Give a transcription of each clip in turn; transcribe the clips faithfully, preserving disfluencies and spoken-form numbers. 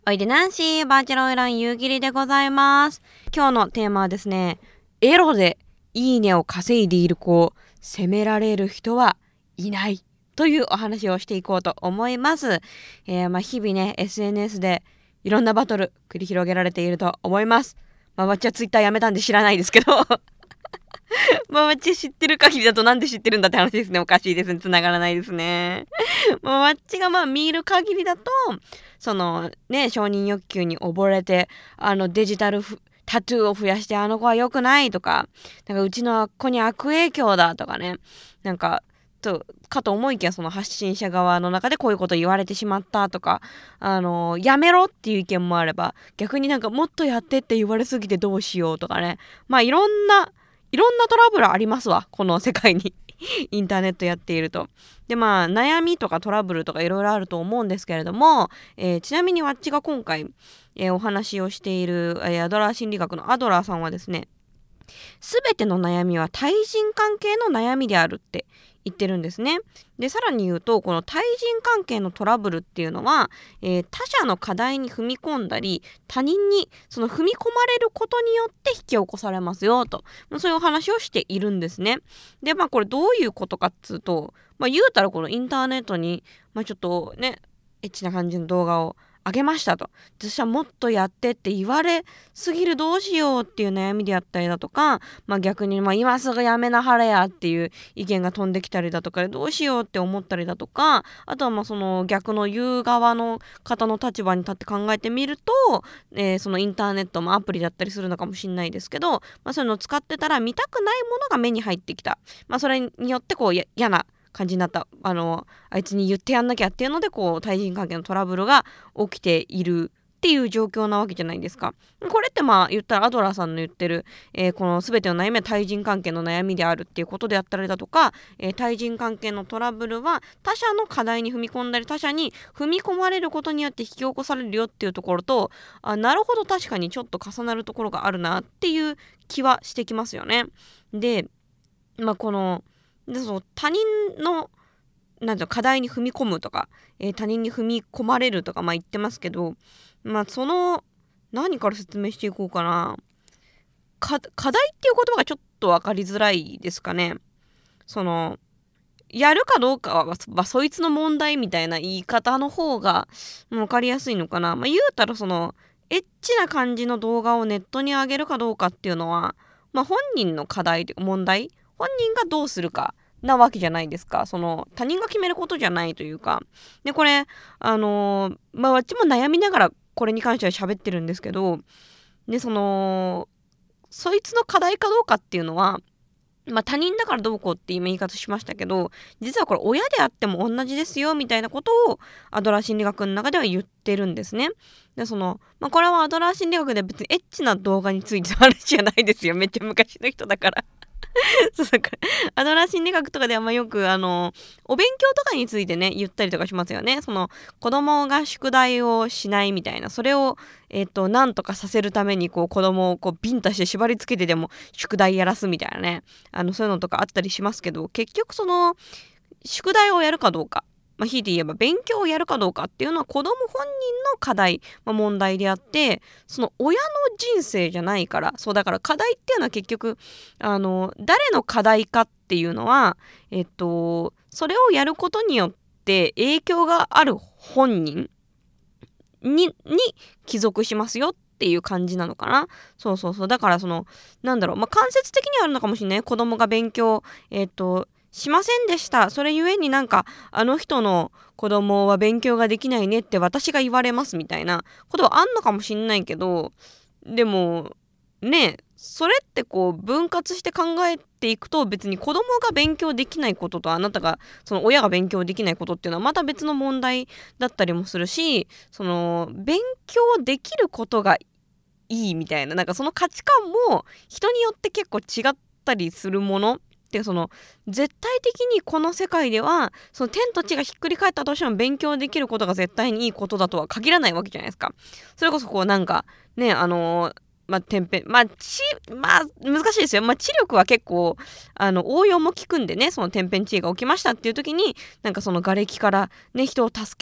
おいでナンシー、バーチャルオイラン夕霧でございます。今日のテーマはですね、エロでいいねを稼いでいる子を責められる人はいないというお話をしていこうと思います。えー、まあ日々ね、エスエヌエス でいろんなバトル繰り広げられていると思います。まあわっちはツイッターやめたんで知らないですけどまあわっち知ってる限りだとなんで知ってるんだって話ですね。おかしいですね。繋がらないですね。まあわっちがまあ見る限りだと、そのね、承認欲求に溺れて、あのデジタルタトゥーを増やしてあの子は良くないとか、なんかうちの子に悪影響だとかね、なんか、とかと思いきやその発信者側の中でこういうこと言われてしまったとか、あのやめろっていう意見もあれば、逆になんかもっとやってって言われすぎてどうしようとかね、まあいろんないろんなトラブルありますわ、この世界にインターネットやっていると。でまあ悩みとかトラブルとかいろいろあると思うんですけれども、えー、ちなみにわっちが今回、えー、お話をしている、えー、アドラー心理学のアドラーさんはですね、すべての悩みは対人関係の悩みであるって言ってるんですね。でさらに言うと、この対人関係のトラブルっていうのは、えー、他者の課題に踏み込んだり他人にその踏み込まれることによって引き起こされますよと、そういうお話をしているんですね。でまあこれどういうことかっつうと、まあ言うたらこのインターネットに、まあ、ちょっとねエッチな感じの動画をあげましたと、私はもっとやってって言われすぎる、どうしようっていう悩みであったりだとか、まあ逆にまあ今すぐやめなはれやっていう意見が飛んできたりだとかで、どうしようって思ったりだとか、あとはまあその逆の言う側の方の立場に立って考えてみると、えー、そのインターネットもアプリだったりするのかもしれないですけど、まあそういうのを使ってたら見たくないものが目に入ってきた、まあそれによってこうや嫌な感じになった、あのあいつに言ってやんなきゃっていうのでこう対人関係のトラブルが起きているっていう状況なわけじゃないですか。これってまあ言ったらアドラーさんの言ってる、えー、この全ての悩みは対人関係の悩みであるっていうことであったりだとか、えー、対人関係のトラブルは他者の課題に踏み込んだり他者に踏み込まれることによって引き起こされるよっていうところと、あ、なるほど確かにちょっと重なるところがあるなっていう気はしてきますよね。でまあこのでその他人のなんていうの課題に踏み込むとか、えー、他人に踏み込まれるとかまあ言ってますけど、まあその何から説明していこうかな。か課題っていう言葉がちょっと分かりづらいですかね。そのやるかどうかは、まあ、そいつの問題みたいな言い方の方が分かりやすいのかな。まあ、言うたらそのエッチな感じの動画をネットに上げるかどうかっていうのは、まあ、本人の課題問題、本人がどうするかなわけじゃないですか。その他人が決めることじゃないというか。でこれあのー、まあわっちも悩みながらこれに関しては喋ってるんですけど、でそのそいつの課題かどうかっていうのは、まあ他人だからどうこうって今言い方しましたけど、実はこれ親であっても同じですよみたいなことをアドラー心理学の中では言ってるんですね。でそのまあこれはアドラー心理学で別にエッチな動画についての話じゃないですよ。めっちゃ昔の人だからそうだからアドラー心理学とかではまあよくあのお勉強とかについてね言ったりとかしますよね。その子供が宿題をしないみたいな、それをえっとなんとかさせるためにこう子供をこうビンタして縛り付けてでも宿題やらすみたいなね、あのそういうのとかあったりしますけど、結局その宿題をやるかどうか、まあ、ひいて言えば勉強をやるかどうかっていうのは子供本人の課題、まあ、問題であって、その親の人生じゃないから。そうだから課題っていうのは結局あの誰の課題かっていうのは、えっとそれをやることによって影響がある本人にに帰属しますよっていう感じなのかな。そうそうそう。だからそのなんだろう、まあ間接的にはあるのかもしれない。子供が勉強えっとしませんでした。それゆえになんかあの人の子供は勉強ができないねって私が言われますみたいなことはあんのかもしんないけど、でもね、それってこう分割して考えていくと、別に子供が勉強できないこととあなたがその親が勉強できないことっていうのはまた別の問題だったりもするし、その勉強できることがいいみたいな、なんかその価値観も人によって結構違ったりするもので、その絶対的にこの世界ではその天と地がひっくり返ったとしても勉強できることが絶対にいいことだとは限らないわけじゃないですか。それこそこうなんかね、あのーまあ、天変まあ知まあ難しいですよ。まあ知力は結構あの応用も効くんでね、その天変地異が起きましたっていう時になんかその瓦礫からね人を助け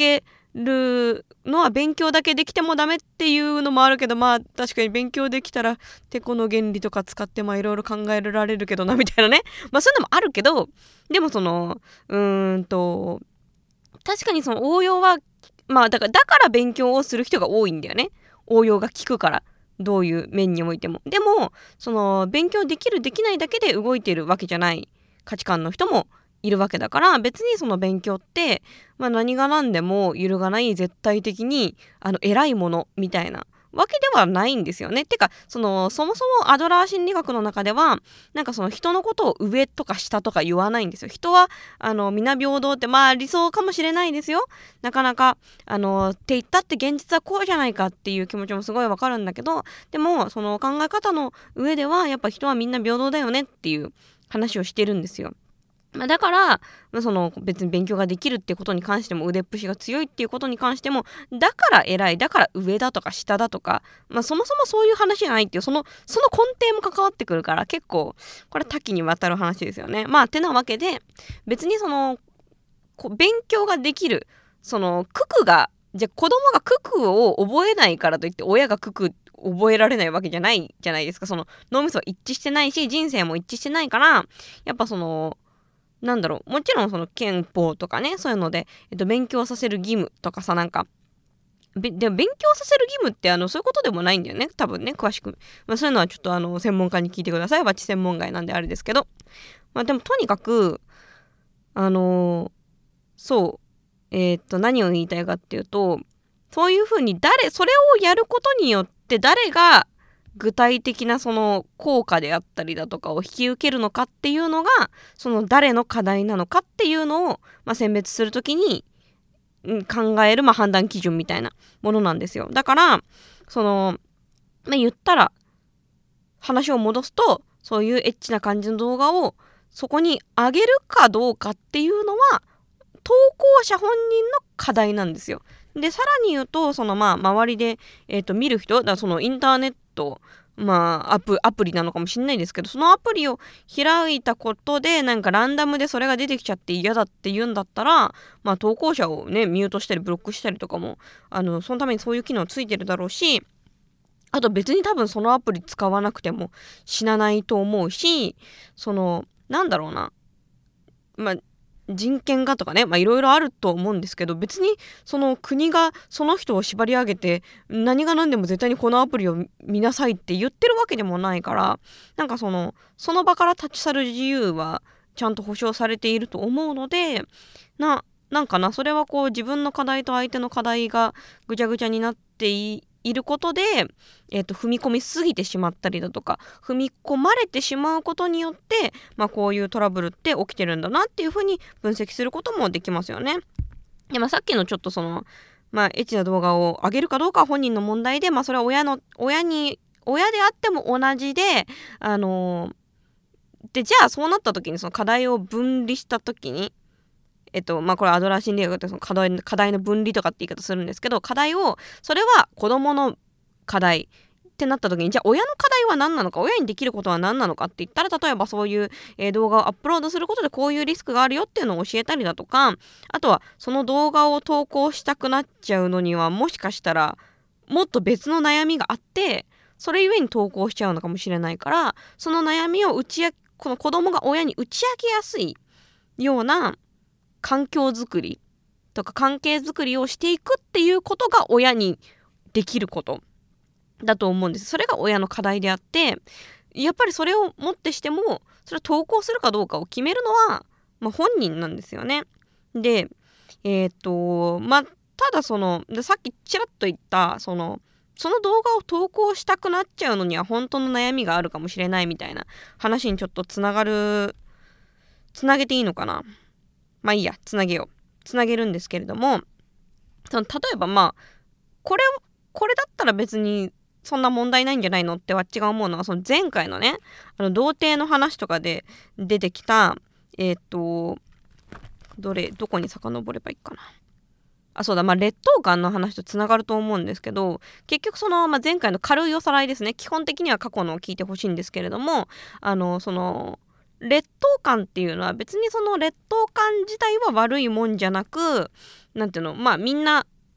るのは勉強だけできてもダメっていうのもあるけど、まあ確かに勉強できたらてこの原理とか使ってまあいろいろ考えられるけどなみたいなね、まあそういうのもあるけど、でもそのうーんと確かにその応用はまあだからだから勉強をする人が多いんだよね。応用が効くから、どういう面においても。でもその勉強できるできないだけで動いてるわけじゃない価値観の人もいるわけだから、別にその勉強って、まあ、何が何でも揺るがない絶対的にあの偉いものみたいなわけではないんですよね。てかそのそもそもアドラー心理学の中ではなんかその人のことを上とか下とか言わないんですよ。人はあの皆平等ってまあ理想かもしれないですよ。なかなかあのって言ったって現実はこうじゃないかっていう気持ちもすごいわかるんだけど、でもその考え方の上ではやっぱ人はみんな平等だよねっていう話をしてるんですよ。まあ、だから、まあ、その別に勉強ができるっていうことに関しても腕っぷしが強いっていうことに関してもだから偉いだから上だとか下だとか、まあ、そもそもそういう話じゃないっていうそのその根底も関わってくるから結構これ多岐にわたる話ですよね。まあてなわけで別にそのこ勉強ができるその九九がじゃあ子供が九九を覚えないからといって親が九九覚えられないわけじゃないじゃないですか。その脳みそは一致してないし人生も一致してないからやっぱそのなんだろうもちろんその憲法とかねそういうので、えっと、勉強させる義務とかさなんかべでも勉強させる義務ってあのそういうことでもないんだよね多分ね詳しく、まあ、そういうのはちょっとあの専門家に聞いてください。バチ専門外なんであれですけど、まあ、でもとにかくあのー、そうえー、っと何を言いたいかっていうとそういうふうに誰それをやることによって誰が具体的なその効果であったりだとかを引き受けるのかっていうのがその誰の課題なのかっていうのを、まあ、選別するときに考える、まあ、判断基準みたいなものなんですよ。だからその、まあ、言ったら話を戻すとそういうエッチな感じの動画をそこに上げるかどうかっていうのは投稿者本人の課題なんですよ。でさらに言うとそのまあ周りで、えー、と見る人だからそのインターネットまあアプ、アプリなのかもしれないですけどそのアプリを開いたことでなんかランダムでそれが出てきちゃって嫌だって言うんだったらまあ投稿者をねミュートしたりブロックしたりとかもあのそのためにそういう機能ついてるだろうし、あと別に多分そのアプリ使わなくても死なないと思うし、そのなんだろうなまあ人権がとかねまあいろいろあると思うんですけど、別にその国がその人を縛り上げて何が何でも絶対にこのアプリを見なさいって言ってるわけでもないから、なんかそのその場から立ち去る自由はちゃんと保障されていると思うのでななんかなそれはこう自分の課題と相手の課題がぐちゃぐちゃになっていいることで、えー、と踏み込みすぎてしまったりだとか踏み込まれてしまうことによって、まあ、こういうトラブルって起きてるんだなっていうふうに分析することもできますよね。で、まあ、さっきのちょっとその、まあ、エッチな動画を上げるかどうかは本人の問題で、まあ、それは親の親に親であっても同じで、あのー、でじゃあそうなった時にその課題を分離した時にえっとまあこれアドラー心理学ってその課題、課題の分離とかって言い方するんですけど、課題をそれは子供の課題ってなった時にじゃあ親の課題は何なのか親にできることは何なのかって言ったら、例えばそういう、えー、動画をアップロードすることでこういうリスクがあるよっていうのを教えたりだとか、あとはその動画を投稿したくなっちゃうのにはもしかしたらもっと別の悩みがあってそれゆえに投稿しちゃうのかもしれないから、その悩みを打ち明この子供が親に打ち明けやすいような環境づくりとか関係づくりをしていくっていうことが親にできることだと思うんです。それが親の課題であって、やっぱりそれをもってしてもそれを投稿するかどうかを決めるのは、まあ、本人なんですよね。でえっ、とまあただそのでさっきちらっと言ったそのその動画を投稿したくなっちゃうのには本当の悩みがあるかもしれないみたいな話にちょっとつながるつなげていいのかな。まあいいや、つなげよう。つなげるんですけれども、その例えばまあ、これを、これだったら別にそんな問題ないんじゃないのってわっちが思うのは、その前回のね、あの童貞の話とかで出てきた、えっと、どれ、どこに遡ればいいかな。あ、そうだ、まあ劣等感の話とつながると思うんですけど、結局その、まあ、前回の軽いおさらいですね。基本的には過去のを聞いてほしいんですけれども、あの、その、劣等感っていうのは別にその劣等感自体は悪いもんじゃなく、なんていうのまあみんな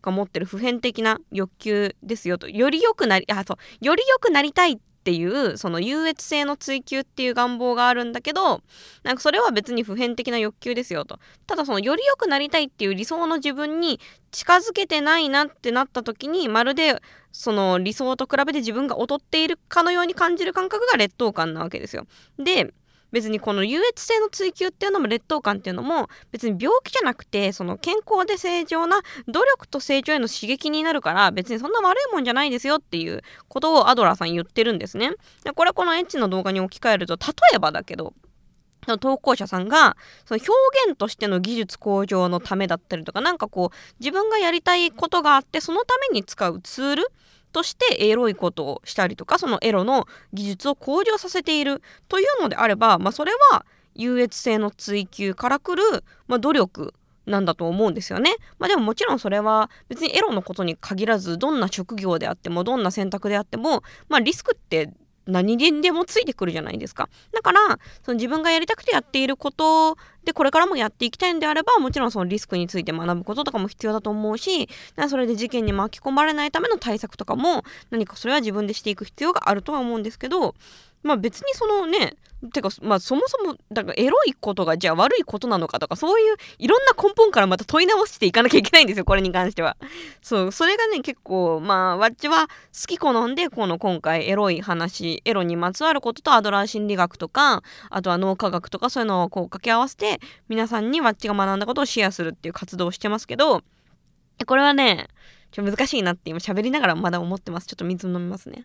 が持ってる普遍的な欲求ですよと。より良くなりあそうより良くなりたいっていうその優越性の追求っていう願望があるんだけど、なんかそれは別に普遍的な欲求ですよと。ただそのより良くなりたいっていう理想の自分に近づけてないなってなった時に、まるでその理想と比べて自分が劣っているかのように感じる感覚が劣等感なわけですよ。で別にこの優越性の追求っていうのも劣等感っていうのも別に病気じゃなくて、その健康で正常な努力と成長への刺激になるから、別にそんな悪いもんじゃないですよっていうことをアドラーさん言ってるんですね。でこれこのエッチの動画に置き換えると、例えばだけどその投稿者さんがその表現としての技術向上のためだったりとか、なんかこう自分がやりたいことがあってそのために使うツールとしてエロいことをしたりとか、そのエロの技術を向上させているというのであれば、まあ、それは優越性の追求からくる、まあ、努力なんだと思うんですよね。まあでももちろんそれは別にエロのことに限らず、どんな職業であってもどんな選択であっても、まあリスクって何にでもついてくるじゃないですか。だからその自分がやりたくてやっていることでこれからもやっていきたいんであれば、もちろんそのリスクについて学ぶこととかも必要だと思うし、それで事件に巻き込まれないための対策とかも何かそれは自分でしていく必要があるとは思うんですけど、まあ別にそのねてかまあそもそもだからエロいことがじゃあ悪いことなのかとか、そういういろんな根本からまた問い直していかなきゃいけないんですよ、これに関しては。そうそれがね結構まあわっちは好き好んでこの今回エロい話、エロにまつわることとアドラー心理学とか、あとは脳科学とかそういうのをこう掛け合わせて皆さんにわっちが学んだことをシェアするっていう活動をしてますけど、これはねちょっと難しいなって今喋りながらまだ思ってます。ちょっと水飲みますね。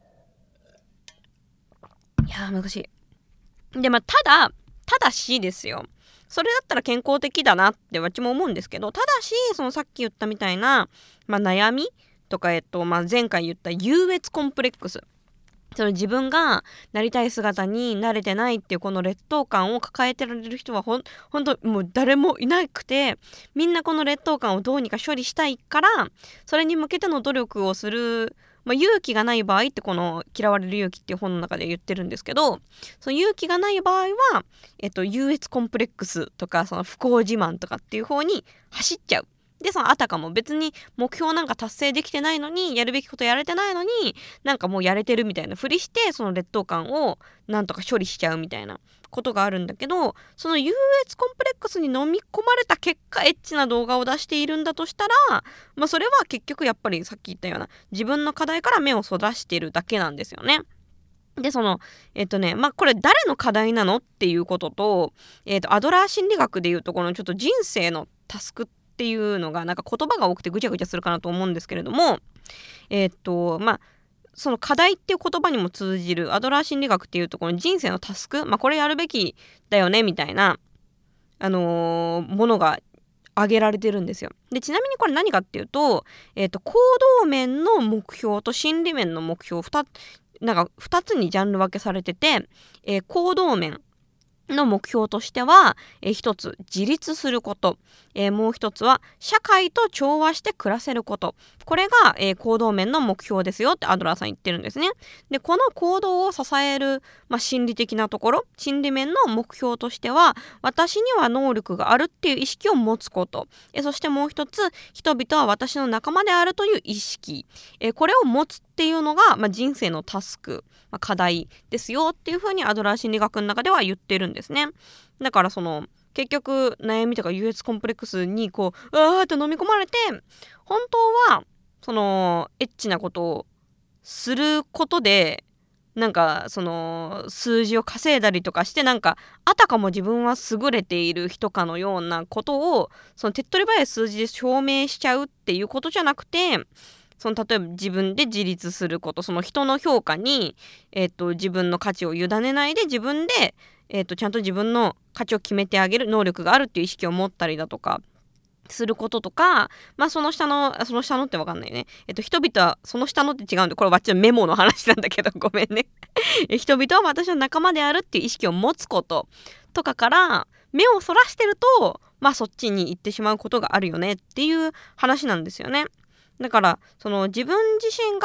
いやー難しい。でまあただただしですよ、それだったら健康的だなってわっちも思うんですけど、ただしそのさっき言ったみたいな、まあ、悩みとか、えっとまあ、前回言った優越コンプレックス、その自分がなりたい姿に慣れてないっていうこの劣等感を抱えてられる人はほんほんともう誰もいなくて、みんなこの劣等感をどうにか処理したいから、それに向けての努力をする、まあ、勇気がない場合ってこの嫌われる勇気っていう本の中で言ってるんですけど、その勇気がない場合は、えっと、優越コンプレックスとかその不幸自慢とかっていう方に走っちゃう。でそのあたかも別に目標なんか達成できてないのに、やるべきことやれてないのに、なんかもうやれてるみたいなふりして、その劣等感をなんとか処理しちゃうみたいなことがあるんだけど、その優越コンプレックスに飲み込まれた結果エッチな動画を出しているんだとしたら、まあそれは結局やっぱりさっき言ったような自分の課題から目をそらしているだけなんですよね。でそのえっとねまあこれ誰の課題なのっていうことと、えっとアドラー心理学でいうとこのちょっと人生のタスクっていうのがなんか言葉が多くてぐちゃぐちゃするかなと思うんですけれども、えっとまあその課題っていう言葉にも通じるアドラー心理学っていうところに人生のタスク、まあこれやるべきだよねみたいなあのー、ものが挙げられてるんですよ。でちなみにこれ何かっていうと、えっと行動面の目標と心理面の目標 2, なんかふたつにジャンル分けされてて、えー、行動面の目標としては、えー、一つ自立すること、えー、もう一つは社会と調和して暮らせること、これが、えー、行動面の目標ですよってアドラーさん言ってるんですね。でこの行動を支える、まあ、心理的なところ、心理面の目標としては、私には能力があるっていう意識を持つこと、えー、そしてもう一つ、人々は私の仲間であるという意識、えー、これを持つっていうのが、まあ、人生のタスク、まあ、課題ですよっていうふうにアドラー心理学の中では言ってるんですね。だからその結局悩みとか優越コンプレックスにこううわーっと飲み込まれて、本当はそのエッチなことをすることでなんかその数字を稼いだりとかして、なんかあたかも自分は優れている人かのようなことをその手っ取り早い数字で証明しちゃうっていうことじゃなくて、その例えば自分で自立すること、その人の評価に、えー、と自分の価値を委ねないで自分で、えー、とちゃんと自分の価値を決めてあげる能力があるっていう意識を持ったりだとかすることとか、まあその下のその下のって分かんないね、えっと人々はその下のって違うんで、これわっちのメモの話なんだけどごめんね人々は私の仲間であるっていう意識を持つこととかから目をそらしてると、まあそっちに行ってしまうことがあるよねっていう話なんですよね。だからその自分自身が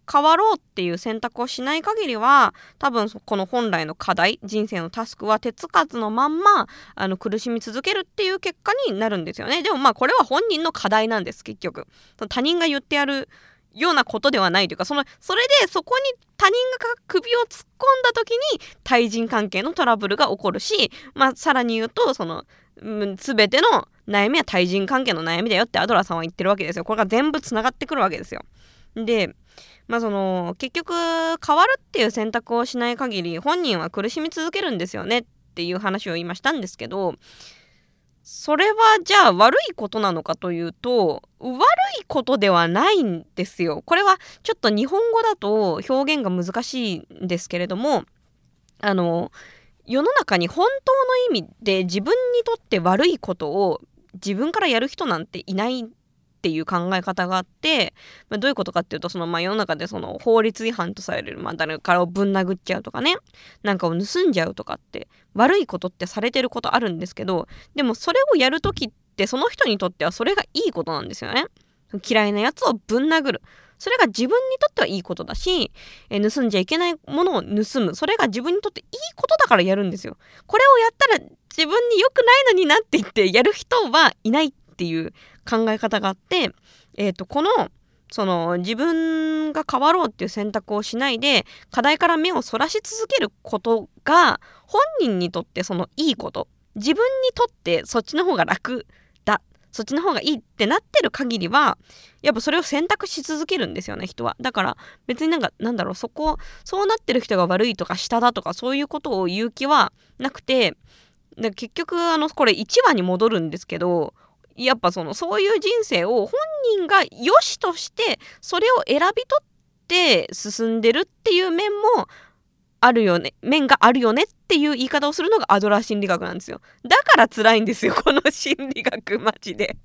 変わろうっていう選択をしない限りは、多分この本来の課題、人生のタスクは手つかずのまんまあの苦しみ続けるっていう結果になるんですよね。でもまあこれは本人の課題なんです。結局他人が言ってやるようなことではないというか、そのそれでそこに他人が首を突っ込んだ時に対人関係のトラブルが起こるし、まあさらに言うとそのすべての悩みは対人関係の悩みだよってアドラーさんは言ってるわけですよ。これが全部つながってくるわけですよ。でまあその結局変わるっていう選択をしない限り本人は苦しみ続けるんですよねっていう話を今したんですけど、それはじゃあ悪いことなのかというと悪いことではないんですよ。これはちょっと日本語だと表現が難しいんですけれども、あの世の中に本当の意味で自分にとって悪いことを自分からやる人なんていないっていう考え方があって、まあ、どういうことかっていうと、そのまあ世の中でその法律違反とされる、まあ、誰かをぶん殴っちゃうとかね、なんかを盗んじゃうとかって悪いことってされてることあるんですけど、でもそれをやるときってその人にとってはそれがいいことなんですよね。嫌いなやつをぶん殴る、それが自分にとってはいいことだし、え盗んじゃいけないものを盗む、それが自分にとっていいことだからやるんですよ。これをやったら自分に良くないのになって言ってやる人はいないっていう考え方があって、えーと、このその自分が変わろうっていう選択をしないで課題から目をそらし続けることが本人にとってそのいいこと、自分にとってそっちの方が楽だ、そっちの方がいいってなってる限りはやっぱそれを選択し続けるんですよね、人は。だから別になんかなんだろう、そこそうなってる人が悪いとか下だとかそういうことを言う気はなくて、だ結局あのこれいちわに戻るんですけど、やっぱそのそういう人生を本人が良しとしてそれを選び取って進んでるっていう面もあるよね、面があるよねっていう言い方をするのがアドラー心理学なんですよ。だから辛いんですよこの心理学、マジで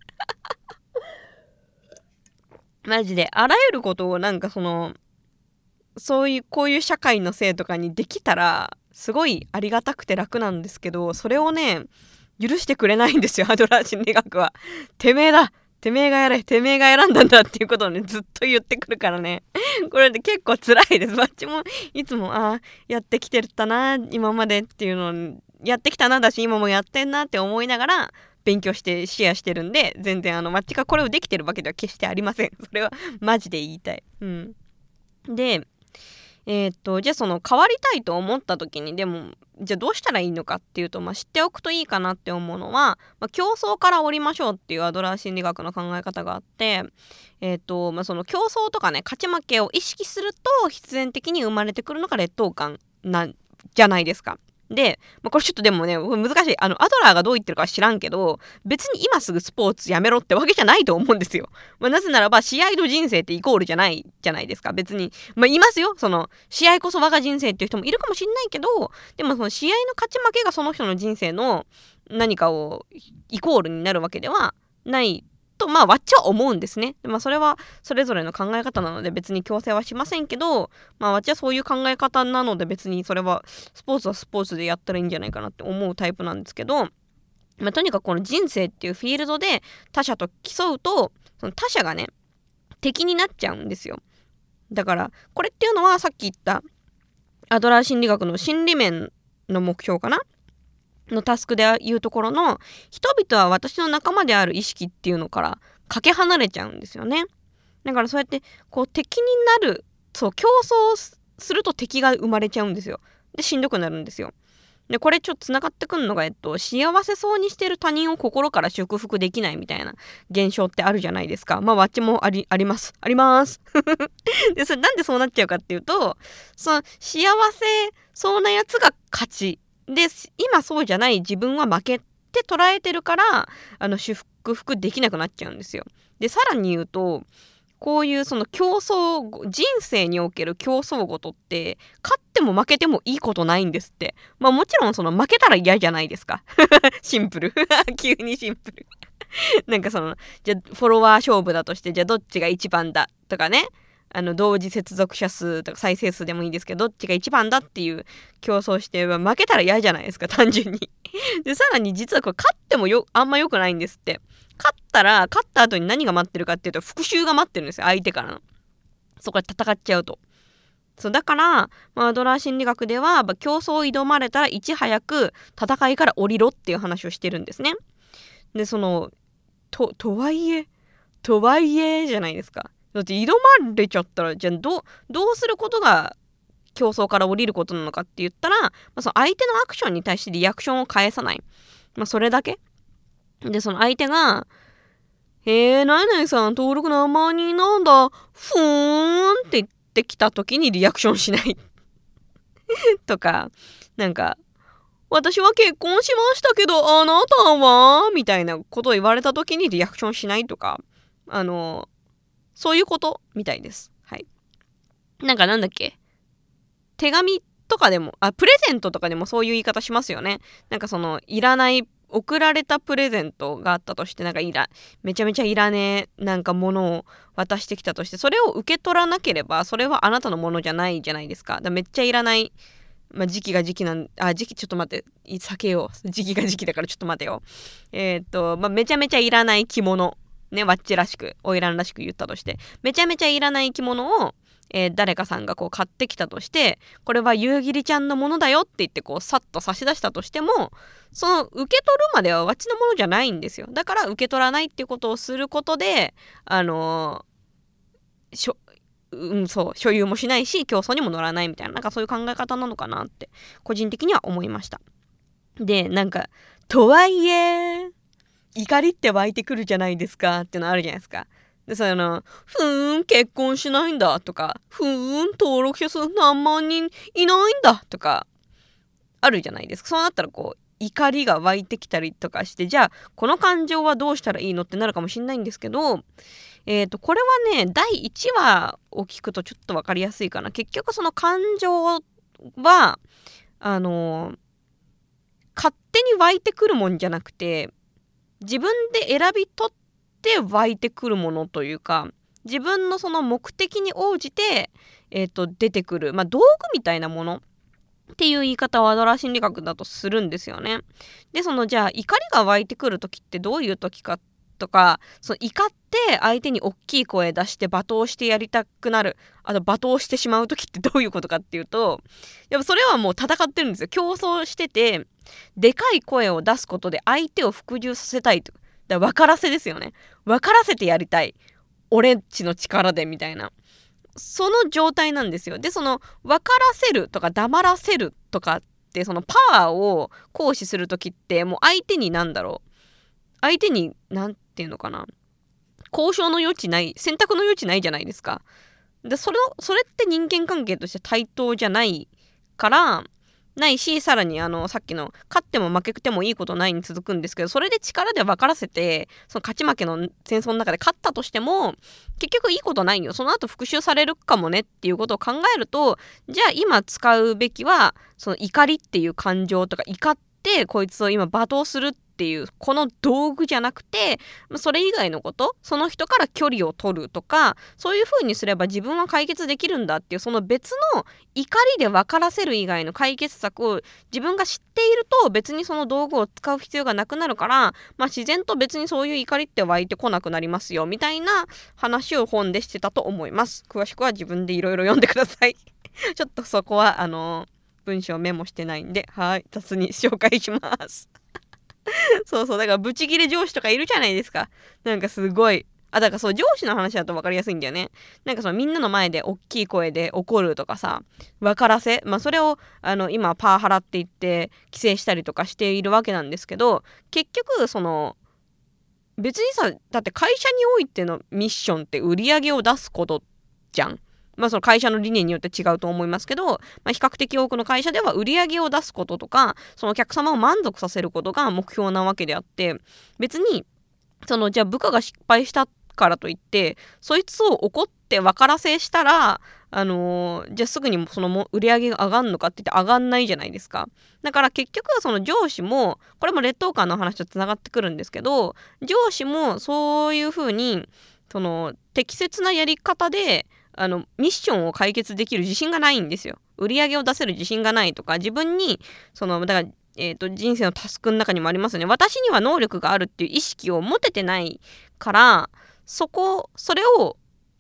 マジであらゆることをなんかそのそういうこういう社会のせいとかにできたらすごいありがたくて楽なんですけど、それをね許してくれないんですよアドラー心理学は。てめえだ、てめえがやれ、てめえが選んだんだっていうことをねずっと言ってくるからね、これで結構辛いです。わっちもいつもあやってきてたな今までっていうのをやってきたなだし今もやってんなって思いながら勉強してシェアしてるんで、全然あのマッチがこれをできてるわけでは決してありません。それはマジで言いたい。うんでえー、っとじゃあその変わりたいと思った時にでもじゃあどうしたらいいのかっていうと、まあ、知っておくといいかなって思うのは、まあ、競争から降りましょうっていうアドラー心理学の考え方があって、えー、っとまあ、その競争とかね勝ち負けを意識すると必然的に生まれてくるのが劣等感なんじゃないですか。で、まあ、これちょっとでもね難しい、あのアドラーがどう言ってるか知らんけど別に今すぐスポーツやめろってわけじゃないと思うんですよ。まあ、なぜならば試合の人生ってイコールじゃないじゃないですか。別にまあいますよ、その試合こそ我が人生っていう人もいるかもしれないけど、でもその試合の勝ち負けがその人の人生の何かをイコールになるわけではないとまあわっちは思うんですね。まあそれはそれぞれの考え方なので別に強制はしませんけど、まあわっちはそういう考え方なので別にそれはスポーツはスポーツでやったらいいんじゃないかなって思うタイプなんですけど、まあとにかくこの人生っていうフィールドで他者と競うとその他者がね敵になっちゃうんですよ。だからこれっていうのはさっき言ったアドラー心理学の心理面の目標かなのタスクでいうところの人々は私の仲間である意識っていうのからかけ離れちゃうんですよね。だからそうやってこう敵になる、そう競争すると敵が生まれちゃうんですよ。でしんどくなるんですよ。でこれちょっとつながってくるのが、えっと、幸せそうにしてる他人を心から祝福できないみたいな現象ってあるじゃないですか。まあわっちもありありますありますでそれなんでそうなっちゃうかっていうと、その幸せそうなやつが勝ちで今そうじゃない自分は負けって捉えてるからあの祝福できなくなっちゃうんですよ。でさらに言うとこういうその競争人生における競争ごとって勝っても負けてもいいことないんですって。まあもちろんその負けたら嫌じゃないですかシンプル急にシンプルなんかそのじゃあフォロワー勝負だとしてじゃあどっちが一番だとかね、あの同時接続者数とか再生数でもいいんですけどどっちが一番だっていう競争して、まあ、負けたら嫌じゃないですか単純にでさらに実はこれ勝ってもよあんま良くないんですって。勝ったら勝った後に何が待ってるかっていうと復讐が待ってるんですよ、相手からの。 そこで戦っちゃうと。そうだから、まあ、アドラー心理学では競争を挑まれたらいち早く戦いから降りろっていう話をしてるんですね。でそのととはいえとはいえじゃないですか。だって挑まれちゃったらじゃあどうどうすることが競争から降りることなのかって言ったら、まあ、その相手のアクションに対してリアクションを返さない、まあ、それだけで、その相手がへえ、何々さん登録何万人なんだふーんって言ってきた時にリアクションしないとか、なんか私は結婚しましたけどあなたはみたいなことを言われた時にリアクションしないとか、あのそういうことみたいです。はい。なんかなんだっけ、手紙とかでもあプレゼントとかでもそういう言い方しますよね。なんかそのいらない送られたプレゼントがあったとして、なんかいらめちゃめちゃいらねえなんかものを渡してきたとして、それを受け取らなければそれはあなたのものじゃないじゃないですか。だからめっちゃいらない、まあ、時期が時期なんあ時期ちょっと待って避けよう時期が時期だからちょっと待てよえー、っと、まあ、めちゃめちゃいらない着物ね、ワッチらしく花魁らしく言ったとして、めちゃめちゃいらない着物をえー、誰かさんがこう買ってきたとして、これは夕霧ちゃんのものだよって言ってこうさっと差し出したとしても、その受け取るまではわちのものじゃないんですよ。だから受け取らないっていうことをすることで、あのー、しょうん、そう所有もしないし競争にも乗らないみたいな、なんかそういう考え方なのかなって個人的には思いました。で、なんかとはいえ怒りって湧いてくるじゃないですかっていうのあるじゃないですか。で、その、ふーん、結婚しないんだとか、ふーん、登録者数何万人いないんだとか、あるじゃないですか。そうなったらこう、怒りが湧いてきたりとかして、じゃあ、この感情はどうしたらいいのってなるかもしれないんですけど、えっと、これはね、だいいちわを聞くとちょっとわかりやすいかな。結局その感情は、あの、勝手に湧いてくるもんじゃなくて、自分で選び取って、で湧いてくるものというか、自分のその目的に応じて、えーと、出てくる、まあ、道具みたいなものっていう言い方をアドラー心理学だとするんですよね。で、そのじゃあ怒りが湧いてくる時ってどういう時かとか、その怒って相手に大きい声出して罵倒してやりたくなる、あと罵倒してしまう時ってどういうことかっていうと、やっぱそれはもう戦ってるんですよ。競争してて、でかい声を出すことで相手を服従させたいと。だから分からせですよね。分からせてやりたい。俺っちの力でみたいな。その状態なんですよ。で、その分からせるとか黙らせるとかって、そのパワーを行使するときってもう相手になんだろう。相手になんていうのかな。交渉の余地ない、選択の余地ないじゃないですか。で、それそれって人間関係として対等じゃないから、ないし、さらにあのさっきの勝っても負けてもいいことないに続くんですけど、それで力で分からせてその勝ち負けの戦争の中で勝ったとしても結局いいことないよ。その後復讐されるかもねっていうことを考えると、じゃあ今使うべきはその怒りっていう感情とか、怒ってこいつを今罵倒するっていうこの道具じゃなくて、それ以外のこと、その人から距離を取るとか、そういう風にすれば自分は解決できるんだっていう、その別の怒りで分からせる以外の解決策を自分が知っていると、別にその道具を使う必要がなくなるから、まあ、自然と別にそういう怒りって湧いてこなくなりますよみたいな話を本でしてたと思います。詳しくは自分でいろいろ読んでくださいちょっとそこはあの文章メモしてないんで、はい雑に紹介しますそうそう、だからブチギレ上司とかいるじゃないですか。なんかすごい、あ、だからそう上司の話だと分かりやすいんだよね。なんかそのみんなの前で大きい声で怒るとかさ、分からせ、まあそれをあの今パワハラって言って規制したりとかしているわけなんですけど、結局その別にさ、だって会社においてのミッションって売り上げを出すことじゃん。まあその会社の理念によって違うと思いますけど、まあ、比較的多くの会社では売り上げを出すこととか、そのお客様を満足させることが目標なわけであって、別にそのじゃあ部下が失敗したからといってそいつを怒って分からせしたら、あのー、じゃあすぐにその売り上げが上がんのかって言って上がんないじゃないですか。だから結局その上司も、これも劣等感の話とつながってくるんですけど、上司もそういう風にその適切なやり方であのミッションを解決できる自信がないんですよ。売り上げを出せる自信がないとか、自分にそのだからえーと、人生のタスクの中にもありますよね。私には能力があるっていう意識を持ててないから、そこそれを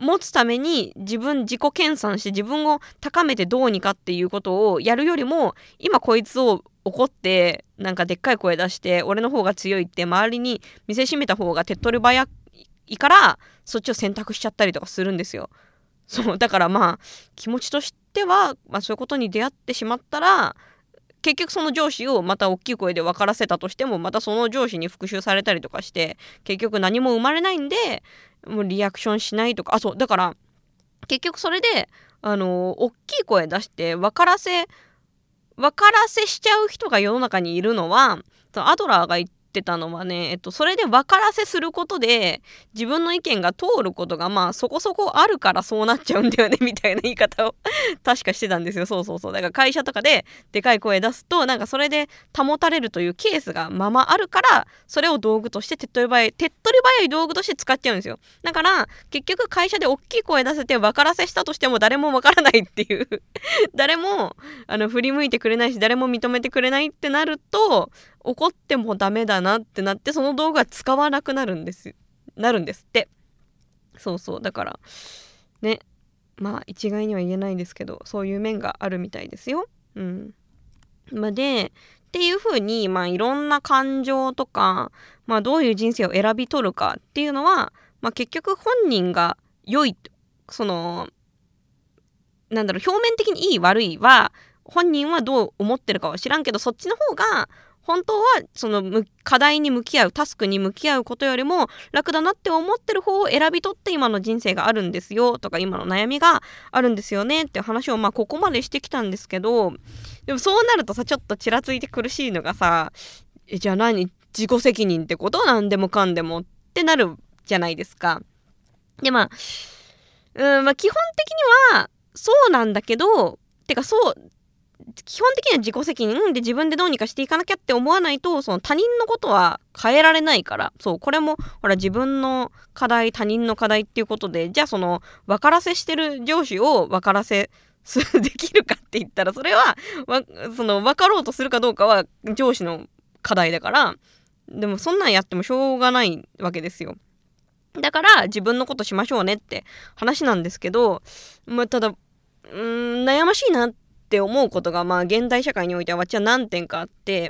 持つために自分自己研鑽して自分を高めてどうにかっていうことをやるよりも、今こいつを怒ってなんかでっかい声出して俺の方が強いって周りに見せしめた方が手っ取り早いから、そっちを選択しちゃったりとかするんですよ。そうだからまあ気持ちとしては、まあ、そういうことに出会ってしまったら、結局その上司をまた大きい声で分からせたとしても、またその上司に復讐されたりとかして結局何も生まれないんで、もうリアクションしないとか。あ、そうだから結局それであの大きい声出して分からせ分からせしちゃう人が世の中にいるのは、アドラーが言ってたのはね、えっと、それで分からせすることで自分の意見が通ることがまあそこそこあるからそうなっちゃうんだよねみたいな言い方を確かしてたんですよ。そうそうそう。だから会社とかででかい声出すとなんかそれで保たれるというケースがままあるから、それを道具として手っ取り早い手っ取り早い道具として使っちゃうんですよ。だから結局会社で大きい声出せて分からせしたとしても誰も分からないっていう誰もあの振り向いてくれないし誰も認めてくれないってなると、怒ってもダメだなってなって、その道具は使わなくなるんですなるんですって。そうそう。だからね、まあ一概には言えないんですけど、そういう面があるみたいですよ。うん。まあ、でっていう風に、まあいろんな感情とか、まあどういう人生を選び取るかっていうのは、まあ結局本人が良い、そのなんだろう、表面的にいい悪いは本人はどう思ってるかは知らんけど、そっちの方が本当はその課題に向き合う、タスクに向き合うことよりも楽だなって思ってる方を選び取って今の人生があるんですよとか、今の悩みがあるんですよねっていう話をまあここまでしてきたんですけど、でもそうなるとさ、ちょっとちらついて苦しいのがさ、えじゃあ何、自己責任ってこと？なんでもかんでもってなるじゃないですか。でまあうんまあ基本的にはそうなんだけど、てかそう基本的には自己責任で自分でどうにかしていかなきゃって思わないと、その他人のことは変えられないから。そうこれもほら自分の課題他人の課題っていうことで、じゃあその分からせしてる上司を分からせできるかって言ったら、それはその分かろうとするかどうかは上司の課題だから。でもそんなんやってもしょうがないわけですよ。だから自分のことしましょうねって話なんですけど、まあ、ただうーん悩ましいなって思うことが、まあ現代社会においては私は何点かあって、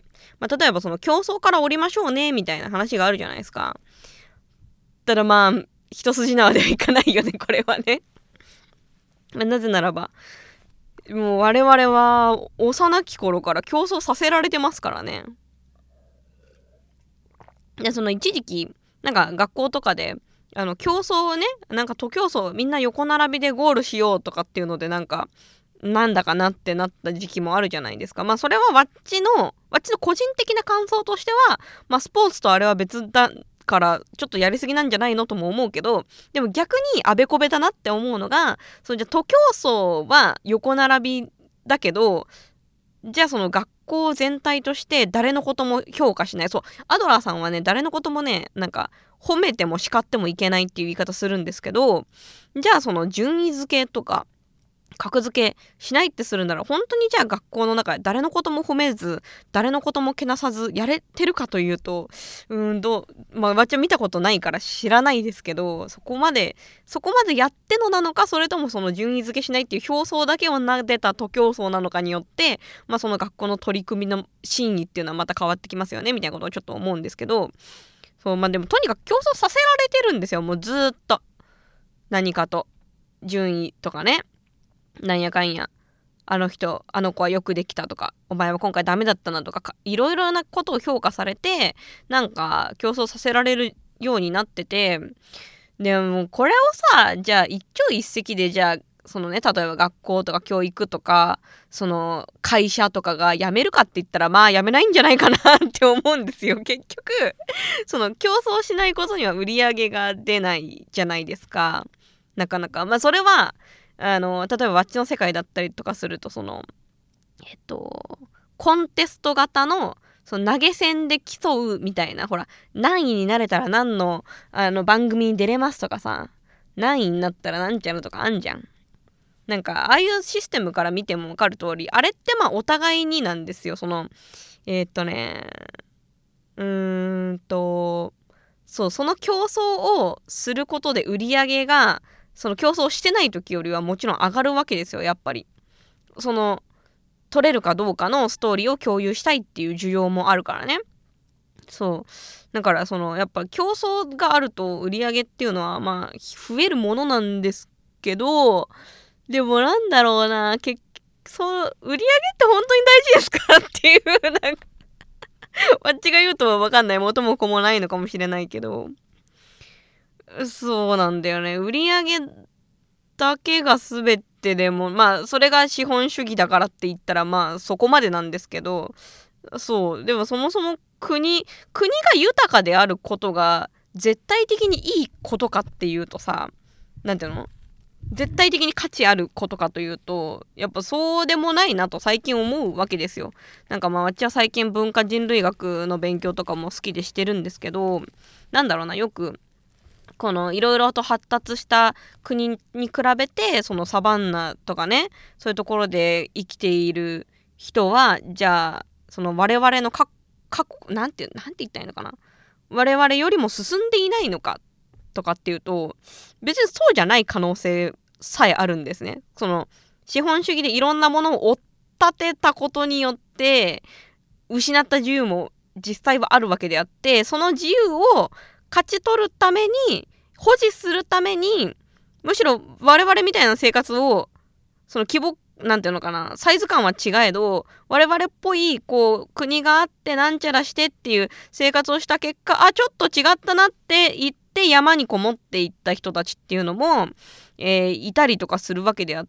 まあ、例えばその競争から降りましょうねみたいな話があるじゃないですか。ただまあ一筋縄ではいかないよねこれはね。まあ、なぜならばもう我々は幼き頃から競争させられてますからね。でその一時期なんか学校とかであの競争をね、なんか徒競走みんな横並びでゴールしようとかっていうのでなんかなんだかなってなった時期もあるじゃないですか。まあそれはわっちのわっちの個人的な感想としては、まあスポーツとあれは別だからちょっとやりすぎなんじゃないのとも思うけど、でも逆にあべこべだなって思うのが、そのじゃ徒競走は横並びだけど、じゃあその学校全体として誰のことも評価しない。そうアドラーさんはね、誰のこともねなんか褒めても叱ってもいけないっていう言い方するんですけど、じゃあその順位付けとか格付けしないってするなら、本当にじゃあ学校の中で誰のことも褒めず誰のこともけなさずやれてるかというと、うーんどうまあわっちは見たことないから知らないですけど、そこまでそこまでやってのなのか、それともその順位付けしないっていう表層だけを撫でた徒競走なのかによって、まあその学校の取り組みの真意っていうのはまた変わってきますよねみたいなことをちょっと思うんですけど、そうまあでもとにかく競争させられてるんですよ、もうずーっと。何かと順位とかね、なんやかんやあの人あの子はよくできたとか、お前は今回ダメだったなとか、いろいろなことを評価されてなんか競争させられるようになってて、でもこれをさ、じゃあ一朝一夕でじゃあそのね、例えば学校とか教育とかその会社とかが辞めるかって言ったら、まあ辞めないんじゃないかなって思うんですよ。結局その競争しないことには売り上げが出ないじゃないですか、なかなか。まあそれはあの例えばわっちの世界だったりとかすると、そのえっとコンテスト型のその投げ銭で競うみたいな、ほら何位になれたら何のあの番組に出れますとかさ、何位になったらなんちゃらとかあんじゃん。なんかああいうシステムから見ても分かる通り、あれってまあお互いになんですよ。そのえー、っとねうーんとそうその競争をすることで売り上げがその競争してない時よりはもちろん上がるわけですよ。やっぱりその取れるかどうかのストーリーを共有したいっていう需要もあるからね。そうだからそのやっぱ競争があると売り上げっていうのはまあ増えるものなんですけど、でもなんだろうな、結そう売り上げって本当に大事ですかっていうなんか私が言うと分かんない元も子もないのかもしれないけど、そうなんだよね。売り上げだけが全てでもまあそれが資本主義だからって言ったらまあそこまでなんですけど、そうでもそもそも国国が豊かであることが絶対的にいいことかっていうとさ、なんていうの、絶対的に価値あることかというとやっぱそうでもないなと最近思うわけですよ。なんかまあ私は最近文化人類学の勉強とかも好きでしてるんですけど、なんだろうな、よくこのいろいろと発達した国に比べてそのサバンナとかね、そういうところで生きている人はじゃあその我々の過去なんてなんて言ったらいいのかな、我々よりも進んでいないのかとかっていうと別にそうじゃない可能性さえあるんですね。その資本主義でいろんなものを追っ立てたことによって失った自由も実際はあるわけであって、その自由を勝ち取るために保持するためにむしろ我々みたいな生活をその規模なんていうのかな、サイズ感は違えど我々っぽいこう国があってなんちゃらしてっていう生活をした結果、あちょっと違ったなって言って山にこもっていった人たちっていうのも、えー、いたりとかするわけであって、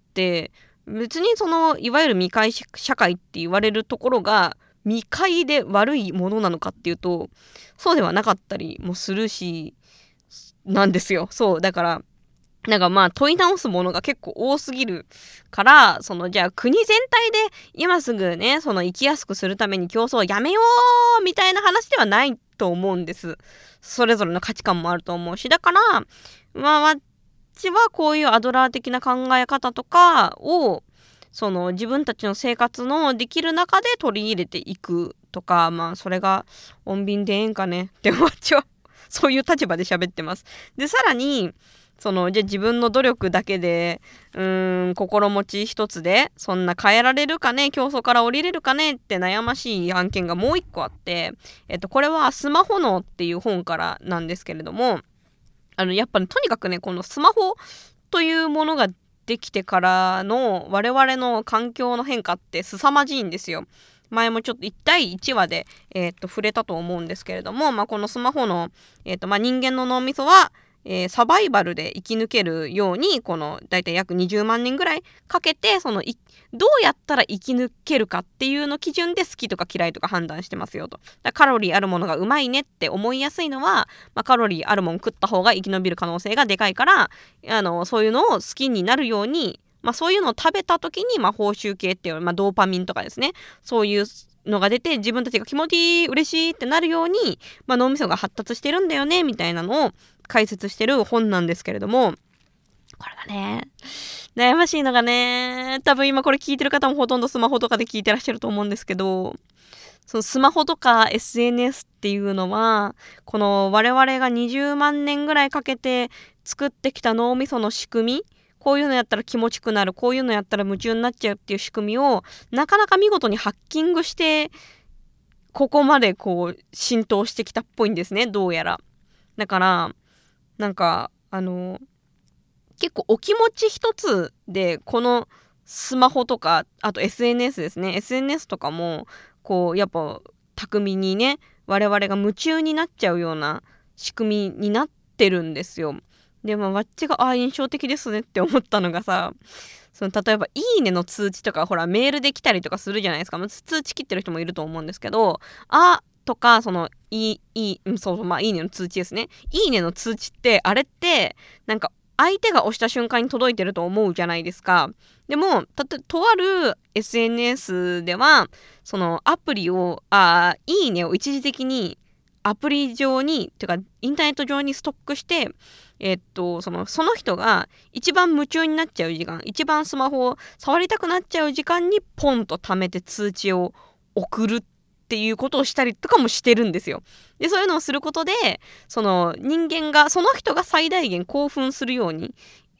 別にそのいわゆる未開社会って言われるところが未開で悪いものなのかっていうとそうではなかったりもするしなんですよ。そうだからなんかまあ問い直すものが結構多すぎるから、そのじゃあ国全体で今すぐねその生きやすくするために競争をやめようみたいな話ではないと思うんです。それぞれの価値観もあると思うし、だからまあ私はこういうアドラー的な考え方とかをその自分たちの生活のできる中で取り入れていくとか、まあそれが穏便でええんかねって私はそういう立場で喋ってます。でさらにそのじゃあ自分の努力だけでうーん心持ち一つでそんな変えられるかね、競争から降りれるかねって悩ましい案件がもう一個あって、えっとこれはスマホ脳っていう本からなんですけれども、あのやっぱり、ね、とにかくねこのスマホというものができてからの我々の環境の変化って凄まじいんですよ。前もちょっとだいいちわで、えー、っと触れたと思うんですけれども、まあ、このスマホの、えーっとまあ、人間の脳みそはえー、サバイバルで生き抜けるようにこのだいたい約にじゅうまんねんぐらいかけてそのいどうやったら生き抜けるかっていうの基準で好きとか嫌いとか判断してますよと。だカロリーあるものがうまいねって思いやすいのは、まあ、カロリーあるもの食った方が生き延びる可能性がでかいからあのそういうのを好きになるように、まあ、そういうのを食べた時に、まあ、報酬系っていう、まあ、ドーパミンとかですね、そういうのが出て自分たちが気持ちいい嬉しいってなるように、まあ、脳みそが発達してるんだよねみたいなのを解説してる本なんですけれども、これがね悩ましいのがね、多分今これ聞いてる方もほとんどスマホとかで聞いてらっしゃると思うんですけど、そのスマホとか エスエヌエス っていうのはこの我々がにじゅうまんねんぐらいかけて作ってきた脳みその仕組み、こういうのやったら気持ちくなる、こういうのやったら夢中になっちゃうっていう仕組みをなかなか見事にハッキングしてここまでこう浸透してきたっぽいんですね、どうやら。だからなんかあの結構お気持ち一つでこのスマホとかあと エスエヌエス ですね、 エスエヌエス とかもこうやっぱ巧みにね我々が夢中になっちゃうような仕組みになってるんですよ。でもわっちがあ印象的ですねって思ったのがさ、その例えばいいねの通知とかほらメールで来たりとかするじゃないですか。通知切ってる人もいると思うんですけど、あとかそのいいいいそうそうまあいいねの通知ですね。いいねの通知ってあれってなんか相手が押した瞬間に届いてると思うじゃないですか。でもたととある エスエヌエス ではそのアプリをあいいねを一時的にアプリ上にてかインターネット上にストックしてえっとそのその人が一番夢中になっちゃう時間、一番スマホを触りたくなっちゃう時間にポンと貯めて通知を送るっていうことをしたりとかもしてるんですよ。でそういうのをすることでその人間がその人が最大限興奮するように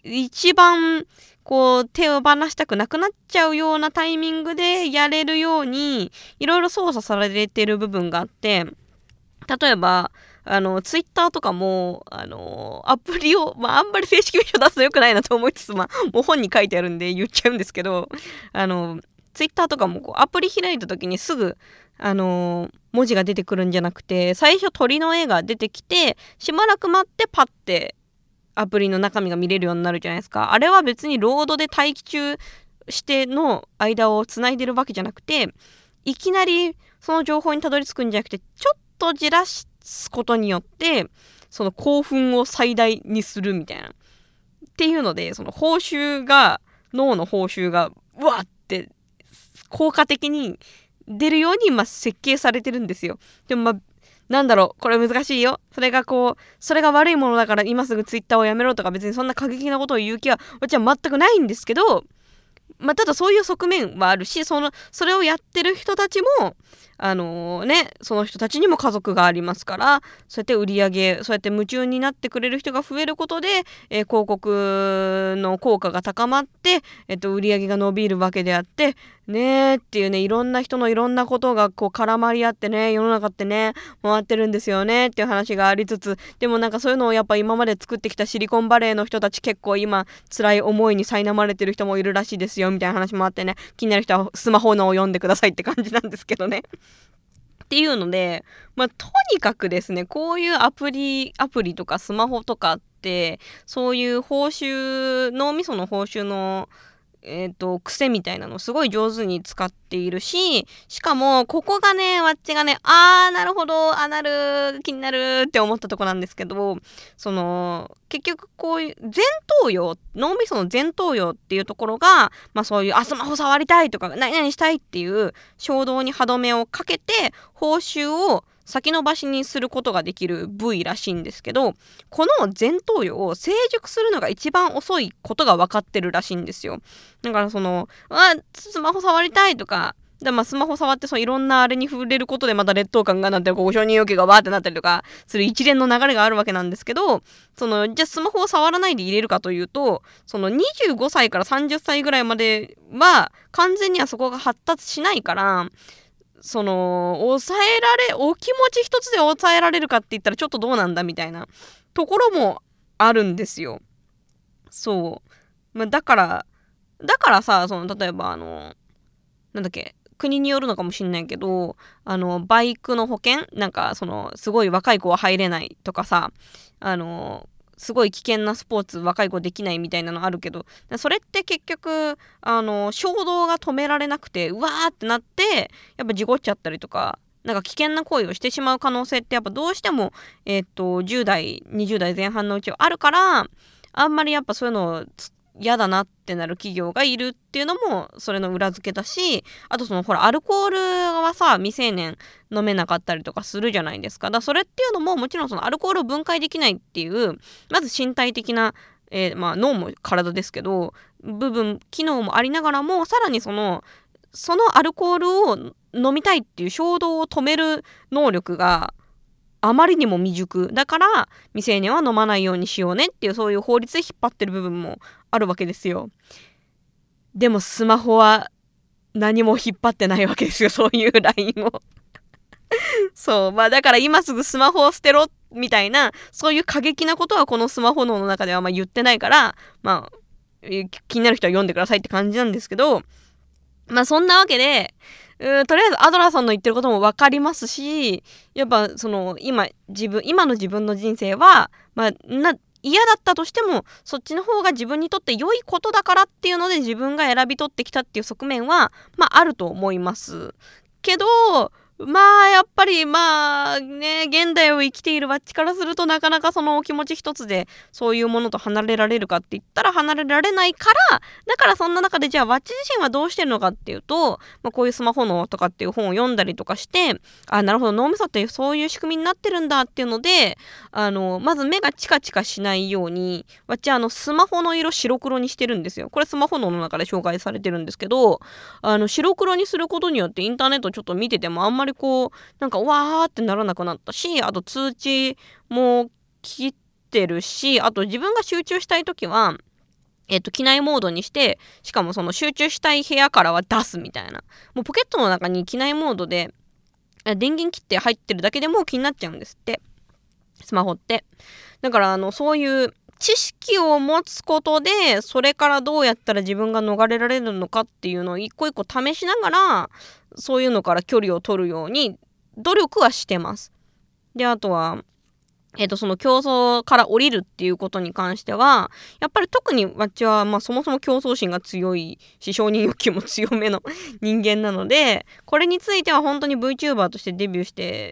一番こう手を放したくなくなっちゃうようなタイミングでやれるようにいろいろ操作されてる部分があって、例えばあのツイッターとかもあのアプリを、まあ、あんまり正式名称出すと良くないなと思いつつ、まあ、もう本に書いてあるんで言っちゃうんですけど、あのツイッターとかもこうアプリ開いた時にすぐあの文字が出てくるんじゃなくて、最初鳥の絵が出てきてしばらく待ってパッてアプリの中身が見れるようになるじゃないですか。あれは別にロードで待機中しての間をつないでるわけじゃなくて、いきなりその情報にたどり着くんじゃなくて、ちょっとじらすことによってその興奮を最大にするみたいなっていうので、その報酬が脳の報酬がうわって効果的に出るようにまあ設計されてるんですよ。でもまあなんだろう、これ難しいよ。それがこうそれが悪いものだから今すぐツイッターをやめろとか、別にそんな過激なことを言う気は私は全くないんですけど、まあただそういう側面はあるし、そのそれをやってる人たちもあのー、ねその人たちにも家族がありますから、そうやって売り上げ、そうやって夢中になってくれる人が増えることで、えー、広告の効果が高まって、えっと、売り上げが伸びるわけであってねーっていうね、いろんな人のいろんなことがこう絡まり合ってね、世の中ってね回ってるんですよねっていう話がありつつ、でもなんかそういうのをやっぱ今まで作ってきたシリコンバレーの人たち結構今辛い思いに苛まれてる人もいるらしいですよみたいな話もあってね、気になる人はスマホのを読んでくださいって感じなんですけどねっていうので、まあとにかくですね、こういうアプリアプリとかスマホとかってそういう報酬、脳みその報酬のえっと、癖みたいなのをすごい上手に使っているし、しかも、ここがね、わっちがね、あー、なるほど、あ、なる、気になるって思ったとこなんですけど、その、結局こういう前頭葉、脳みその前頭葉っていうところが、まあそういう、あ、スマホ触りたいとか、何々したいっていう衝動に歯止めをかけて、報酬を先延ばしにすることができる部位らしいんですけど、この前頭葉を成熟するのが一番遅いことが分かってるらしいんですよ。だからその、あ、スマホ触りたいとか、でまあスマホ触ってそのいろんなあれに触れることでまた劣等感がなってご承認要求がわーってなったりとかする一連の流れがあるわけなんですけど、そのじゃあスマホを触らないで入れるかというと、そのにじゅうごさいからさんじゅっさいぐらいまでは完全にはそこが発達しないから、その抑えられお気持ち一つで抑えられるかって言ったらちょっとどうなんだみたいなところもあるんですよ。そう、まあ、だからだからさ、その例えばあのなんだっけ、国によるのかもしんないけど、あのバイクの保険なんかそのすごい若い子は入れないとかさ、あのすごい危険なスポーツ若い子できないみたいなのあるけど、それって結局あの衝動が止められなくてうわーってなってやっぱ事故っちゃったりとか、なんか危険な行為をしてしまう可能性ってやっぱどうしてもえっとじゅう代にじゅう代前半のうちはあるから、あんまりやっぱそういうのを嫌だなってなる企業がいるっていうのもそれの裏付けだし、あとそのほらアルコールはさ未成年飲めなかったりとかするじゃないですか。だからそれっていうのももちろんそのアルコールを分解できないっていうまず身体的な、えー、まあ脳も体ですけど部分機能もありながらも、さらにそのそのアルコールを飲みたいっていう衝動を止める能力があまりにも未熟だから未成年は飲まないようにしようねっていう、そういう法律で引っ張ってる部分もあるわけですよ。でもスマホは何も引っ張ってないわけですよ、そういうラインをそう、まあだから今すぐスマホを捨てろみたいなそういう過激なことはこのスマホ脳の中ではまあ言ってないから、まあ気になる人は読んでくださいって感じなんですけど、まあそんなわけでうとりあえずアドラーさんの言ってることも分かりますし、やっぱその今自分今の自分の人生はまあな嫌だったとしてもそっちの方が自分にとって良いことだからっていうので自分が選び取ってきたっていう側面はまああると思いますけど、まあやっぱりまあね現代を生きているわっちからするとなかなかそのお気持ち一つでそういうものと離れられるかって言ったら離れられないから、だからそんな中でじゃあわっち自身はどうしてるのかっていうと、まあ、こういうスマホのとかっていう本を読んだりとかして、あ、なるほど脳みそってそういう仕組みになってるんだっていうので、あのまず目がチカチカしないようにわっちあのスマホの色白黒にしてるんですよ。これスマホの中で紹介されてるんですけど、あの白黒にすることによってインターネットちょっと見ててもあんまりあんまりこうなんかわーってならなくなったし、あと通知も切ってるし、あと自分が集中したい時はえっと、機内モードにして、しかもその集中したい部屋からは出すみたいな。もうポケットの中に機内モードで、電源切って入ってるだけでも気になっちゃうんですって。スマホって。だから、あの、そういう知識を持つことで、それからどうやったら自分が逃れられるのかっていうのを一個一個試しながら、そういうのから距離を取るように努力はしてます。で、あとは、えっと、その競争から降りるっていうことに関しては、やっぱり特にわっちは、まあそもそも競争心が強いし、承認欲求も強めの人間なので、これについては本当に VTuber としてデビューして、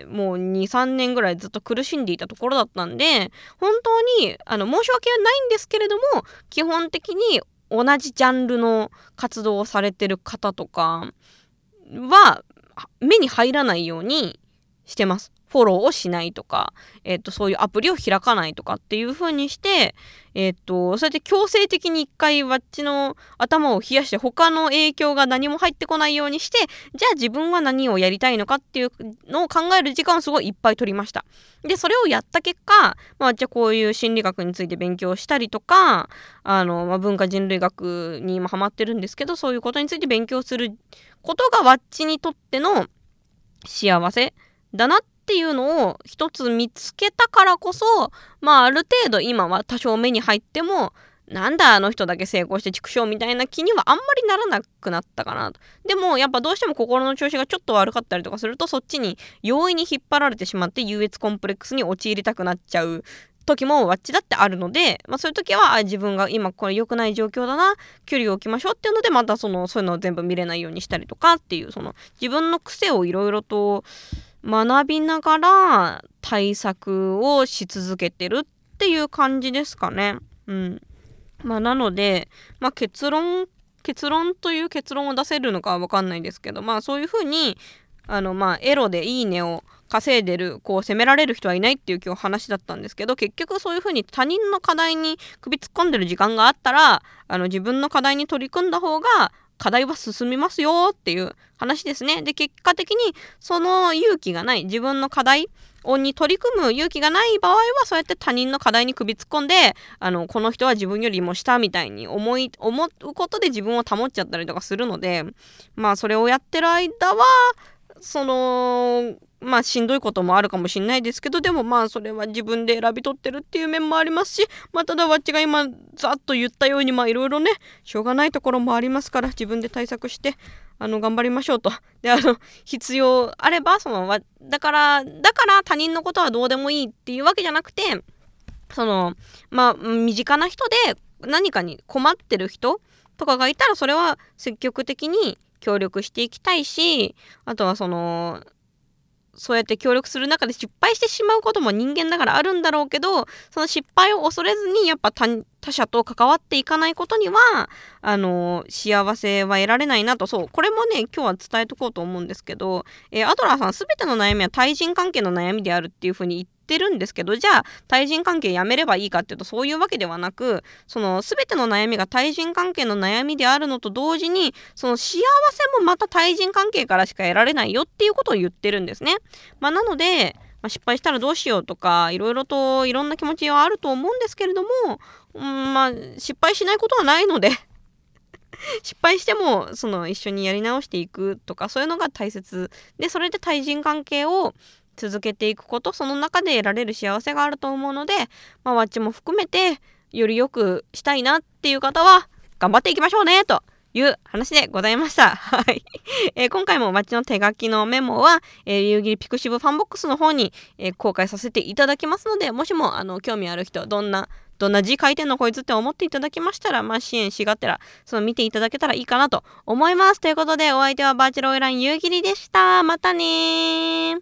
もうに、さんねんぐらいずっと苦しんでいたところだったんで、本当に、あの、申し訳はないんですけれども、基本的に同じジャンルの活動をされてる方とかは、目に入らないようにしてます。フォローをしないとか、えっと、そういうアプリを開かないとかっていう風にして、えっと、そうやって強制的に一回わっちの頭を冷やして他の影響が何も入ってこないようにして、じゃあ自分は何をやりたいのかっていうのを考える時間をすごいいっぱい取りました。で、それをやった結果、まあ、わっちはこういう心理学について勉強したりとか、あの、まあ、文化人類学に今ハマってるんですけど、そういうことについて勉強することがわっちにとっての幸せだなってっていうのを一つ見つけたからこそ、まあある程度今は多少目に入っても、なんだあの人だけ成功して畜生みたいな気にはあんまりならなくなったかなと。でもやっぱどうしても心の調子がちょっと悪かったりとかすると、そっちに容易に引っ張られてしまって優越コンプレックスに陥りたくなっちゃう時もわっちだってあるので、まあそういう時はあ自分が今これ良くない状況だな、距離を置きましょうっていうので、またそのそういうのを全部見れないようにしたりとかっていう、その自分の癖をいろいろと学びながら対策をし続けてるっていう感じですかね。うん。まあなので、まあ結論、結論という結論を出せるのかはわかんないですけど、まあそういうふうに、あのまあエロでいいねを稼いでる、こう責められる人はいないっていう今日話だったんですけど、結局そういうふうに他人の課題に首突っ込んでる時間があったら、あの自分の課題に取り組んだ方が課題は進みますよっていう話ですね。で、結果的にその勇気がない、自分の課題に取り組む勇気がない場合は、そうやって他人の課題に首突っ込んで、あの、この人は自分よりも下みたいに思い、思うことで自分を保っちゃったりとかするので、まあ、それをやってる間は、その、まあしんどいこともあるかもしれないですけど、でもまあそれは自分で選び取ってるっていう面もありますし、まあただわっちが今ざっと言ったように、まあいろいろね、しょうがないところもありますから、自分で対策してあの頑張りましょうと。で、あの必要あれば、そのだからだから他人のことはどうでもいいっていうわけじゃなくて、そのまあ身近な人で何かに困ってる人とかがいたら、それは積極的に協力していきたいし、あとはそのそうやって協力する中で失敗してしまうことも人間だからあるんだろうけど、その失敗を恐れずにやっぱ 他, 他者と関わっていかないことにはあの幸せは得られないなと。そうこれもね今日は伝えとこうと思うんですけど、えー、アドラーさん、すべての悩みは対人関係の悩みであるっていう風に言ってるんですけど、じゃあ対人関係やめればいいかっていうと、そういうわけではなく、その全ての悩みが対人関係の悩みであるのと同時に、その幸せもまた対人関係からしか得られないよっていうことを言ってるんですね。まあ、なので、まあ、失敗したらどうしようとかいろいろといろんな気持ちはあると思うんですけれども、うん、まあ失敗しないことはないので失敗してもその一緒にやり直していくとか、そういうのが大切で、それで対人関係を続けていくこと、その中で得られる幸せがあると思うので、まあわっちも含めてより良くしたいなっていう方は頑張っていきましょうねという話でございました。はい、えー、今回もわっちの手書きのメモは、えー、夕霧ピクシブファンボックスの方に、えー、公開させていただきますので、もしもあの興味ある人、どんなどんな字書いてんのこいつって思っていただきましたら、まあ支援しがてらその見ていただけたらいいかなと思います。ということで、お相手はバーチャルオイラン夕霧でした。またねー。